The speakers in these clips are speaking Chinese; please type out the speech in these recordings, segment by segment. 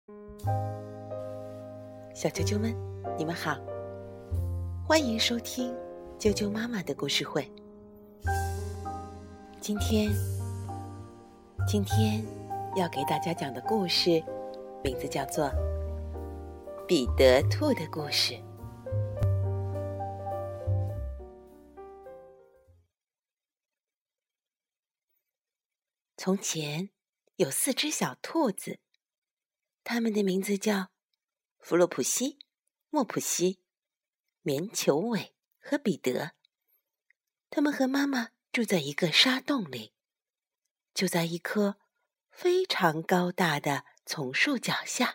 小啾啾们，你们好，欢迎收听啾啾妈妈的故事会。今天要给大家讲的故事名字叫做《彼得兔的故事》。从前有4只小兔子，它们的名字叫弗洛普西、莫普西、棉球尾和彼得。他们和妈妈住在一个沙洞里，就在一棵非常高大的丛树脚下。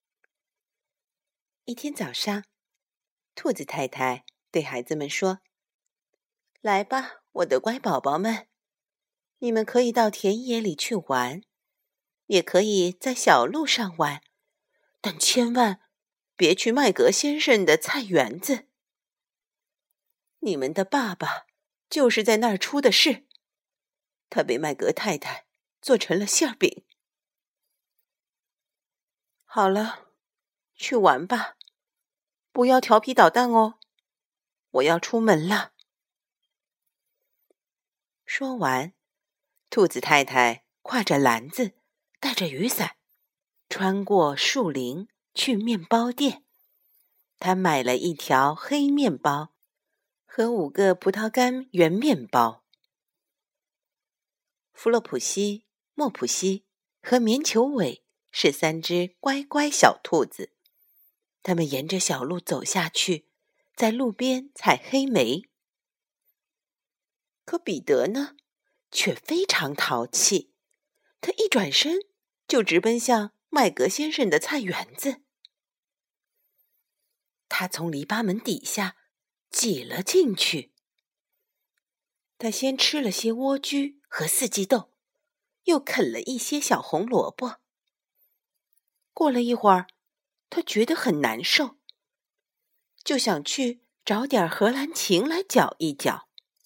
一天早上，兔子太太对孩子们说：“来吧，我的乖宝宝们，你们可以到田野里去玩，也可以在小路上玩，但千万别去麦格先生的菜园子。你们的爸爸就是在那儿出的事，他被麦格太太做成了馅饼。好了，去玩吧，不要调皮捣蛋哦，我要出门了。”说完，兔子太太挎着篮子，带着雨伞，穿过树林去面包店。她买了一条黑面包和5个葡萄干圆面包。弗洛普西、莫普西和棉球尾是3只乖乖小兔子，它们沿着小路走下去，在路边采黑莓。可彼得呢，却非常淘气，他一转身就直奔向麦格先生的菜园子。他从篱笆门底下挤了进去。他先吃了些莴苣和四季豆，又啃了一些小红萝卜。过了一会儿，他觉得很难受，就想去找点荷兰芹来搅一搅。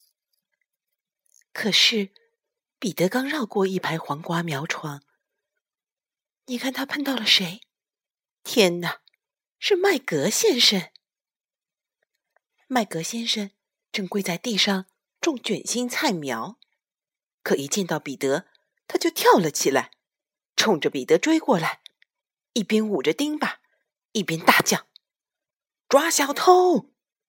可是彼得刚绕过一排黄瓜苗床，你看他碰到了谁？天哪，是麦格先生！麦格先生正跪在地上种卷心菜苗，可一见到彼得，他就跳了起来，冲着彼得追过来，一边舞着钉耙，一边大叫：“抓小偷！”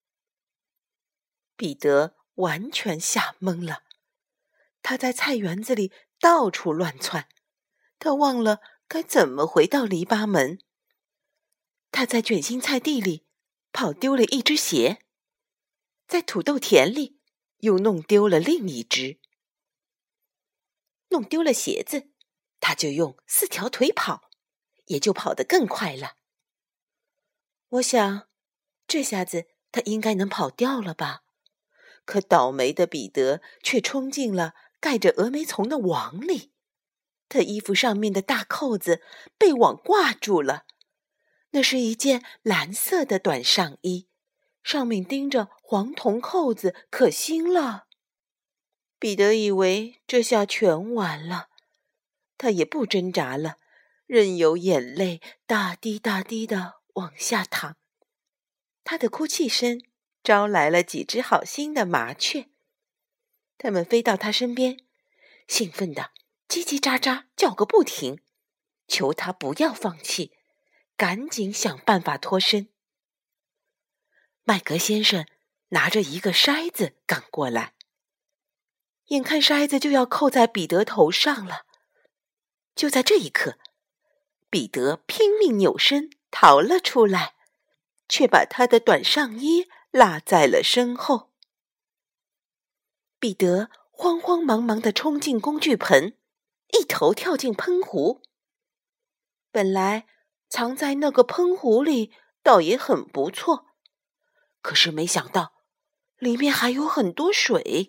彼得完全吓懵了，他在菜园子里到处乱窜，他忘了该怎么回到篱笆门。他在卷心菜地里跑丢了一只鞋，在土豆田里又弄丢了另一只。弄丢了鞋子，他就用4条腿跑，也就跑得更快了。我想，这下子他应该能跑掉了吧？可倒霉的彼得却冲进了盖着峨眉丛的网里，他衣服上面的大扣子被网挂住了。那是一件蓝色的短上衣，上面钉着黄铜扣子，可新了。彼得以为这下全完了，他也不挣扎了，任由眼泪大滴大滴地往下淌。他的哭泣声招来了几只好心的麻雀，它们飞到他身边，兴奋地叽叽喳喳叫个不停，求他不要放弃，赶紧想办法脱身。麦格先生拿着一个筛子赶过来，眼看筛子就要扣在彼得头上了。就在这一刻，彼得拼命扭身逃了出来，却把他的短上衣落在了身后。彼得慌慌忙忙地冲进工具盆，一头跳进喷壶。本来藏在那个喷壶里倒也很不错，可是没想到里面还有很多水。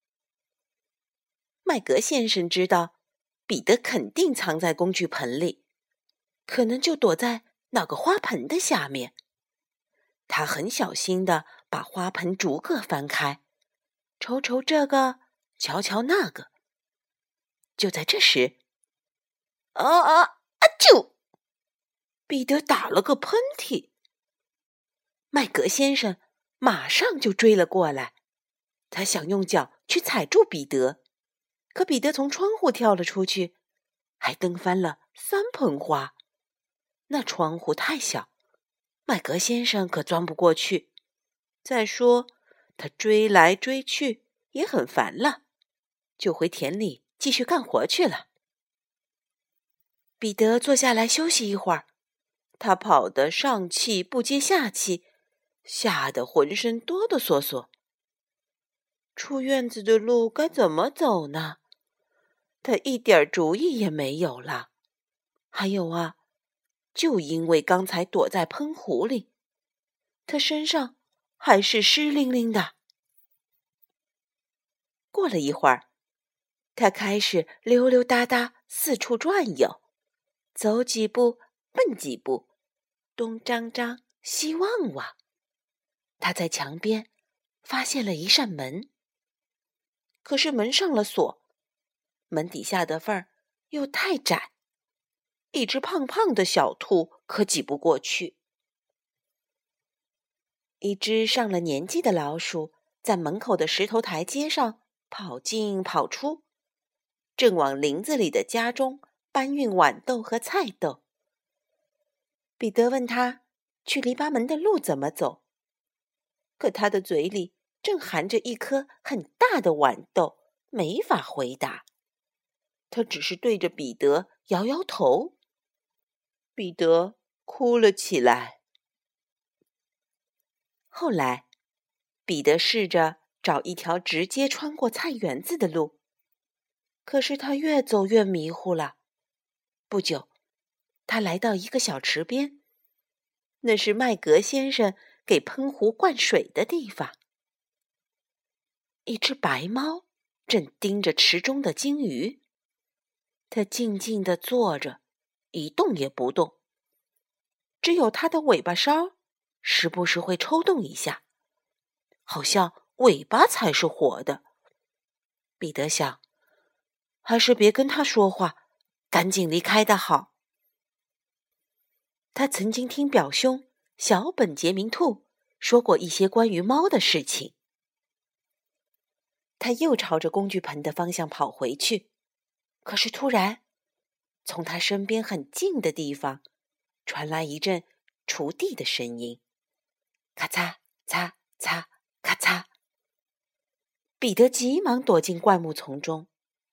麦格先生知道彼得肯定藏在工具盆里，可能就躲在那个花盆的下面。他很小心地把花盆逐个翻开，瞅瞅这个，瞧瞧那个。就在这时，啾！ 彼得打了个喷嚏。麦格先生马上就追了过来，他想用脚去踩住彼得，可彼得从窗户跳了出去，还蹬翻了3盆花。那窗户太小，麦格先生可钻不过去。再说，他追来追去也很烦了，就回田里继续干活去了。彼得坐下来休息一会儿，他跑得上气不接下气，吓得浑身哆哆嗦嗦。出院子的路该怎么走呢？他一点主意也没有了。还有啊，就因为刚才躲在喷壶里，他身上还是湿淋淋的。过了一会儿，他开始溜溜达达四处转悠，走几步蹦几步，东张张西望望。他在墙边发现了一扇门，可是门上了锁，门底下的缝儿又太窄，一只胖胖的小兔可挤不过去。一只上了年纪的老鼠在门口的石头台阶上跑进跑出，正往林子里的家中搬运豌豆和菜豆。彼得问他去篱笆门的路怎么走，可他的嘴里正含着一颗很大的豌豆，没法回答。他只是对着彼得摇摇头。彼得哭了起来。后来，彼得试着找一条直接穿过菜园子的路，可是他越走越迷糊了。不久，他来到一个小池边，那是麦格先生给喷壶灌水的地方。一只白猫正盯着池中的金鱼，它静静地坐着，一动也不动，只有它的尾巴梢时不时会抽动一下，好像尾巴才是活的。彼得想，还是别跟他说话，赶紧离开的好。他曾经听表兄小本杰明兔说过一些关于猫的事情。他又朝着工具盆的方向跑回去，可是突然，从他身边很近的地方传来一阵锄地的声音，咔嚓嚓嚓咔嚓。彼得急忙躲进灌木丛中。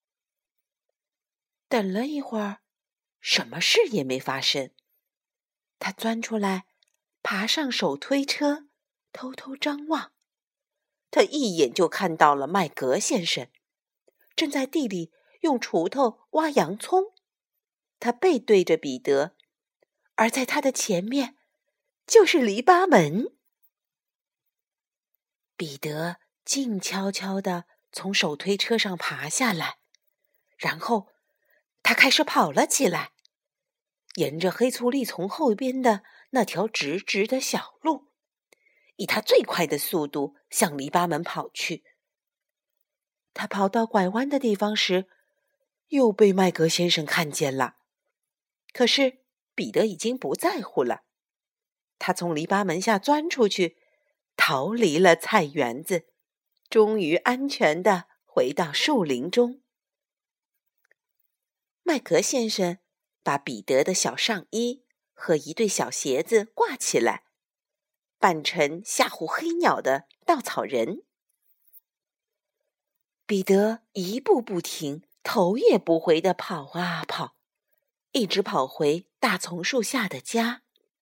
等了一会儿，什么事也没发生。他钻出来，爬上手推车，偷偷张望。他一眼就看到了麦格先生，正在地里用锄头挖洋葱。他背对着彼得，而在他的前面就是篱笆门。彼得静悄悄地从手推车上爬下来，然后他开始跑了起来，沿着黑醋栗丛后边的那条直直的小路，以他最快的速度向篱笆门跑去。他跑到拐弯的地方时，又被麦格先生看见了。可是彼得已经不在乎了，他从篱笆门下钻出去，逃离了菜园子，终于安全地回到树林中。麦格先生把彼得的小上衣和一对小鞋子挂起来，扮成吓唬黑鸟的稻草人。彼得一步不停，头也不回地跑啊跑，一直跑回大丛树下的家。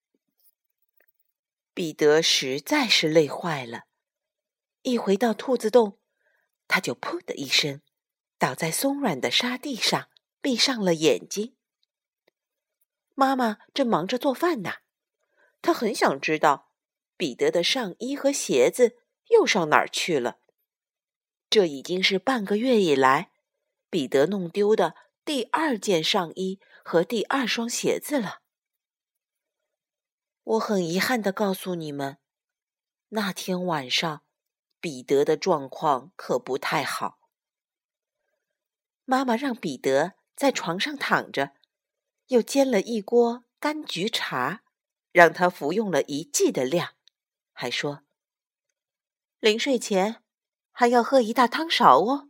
彼得实在是累坏了，一回到兔子洞，他就噗的一声倒在松软的沙地上，闭上了眼睛。妈妈正忙着做饭呢，她很想知道彼得的上衣和鞋子又上哪儿去了。这已经是半个月以来彼得弄丢的第2件上衣和第2双鞋子了。我很遗憾地告诉你们，那天晚上彼得的状况可不太好。妈妈让彼得在床上躺着，又煎了一锅柑橘茶，让他服用了1剂的量，还说临睡前还要喝1大汤勺哦。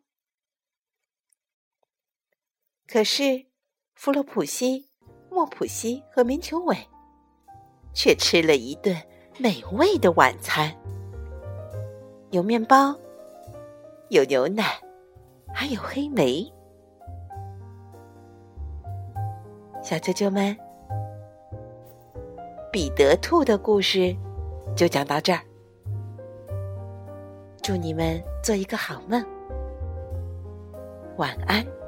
可是弗洛普西、莫普西和棉球尾却吃了一顿美味的晚餐，有面包，有牛奶，还有黑莓。小啾啾们，彼得兔的故事就讲到这儿。祝你们做一个好梦，晚安。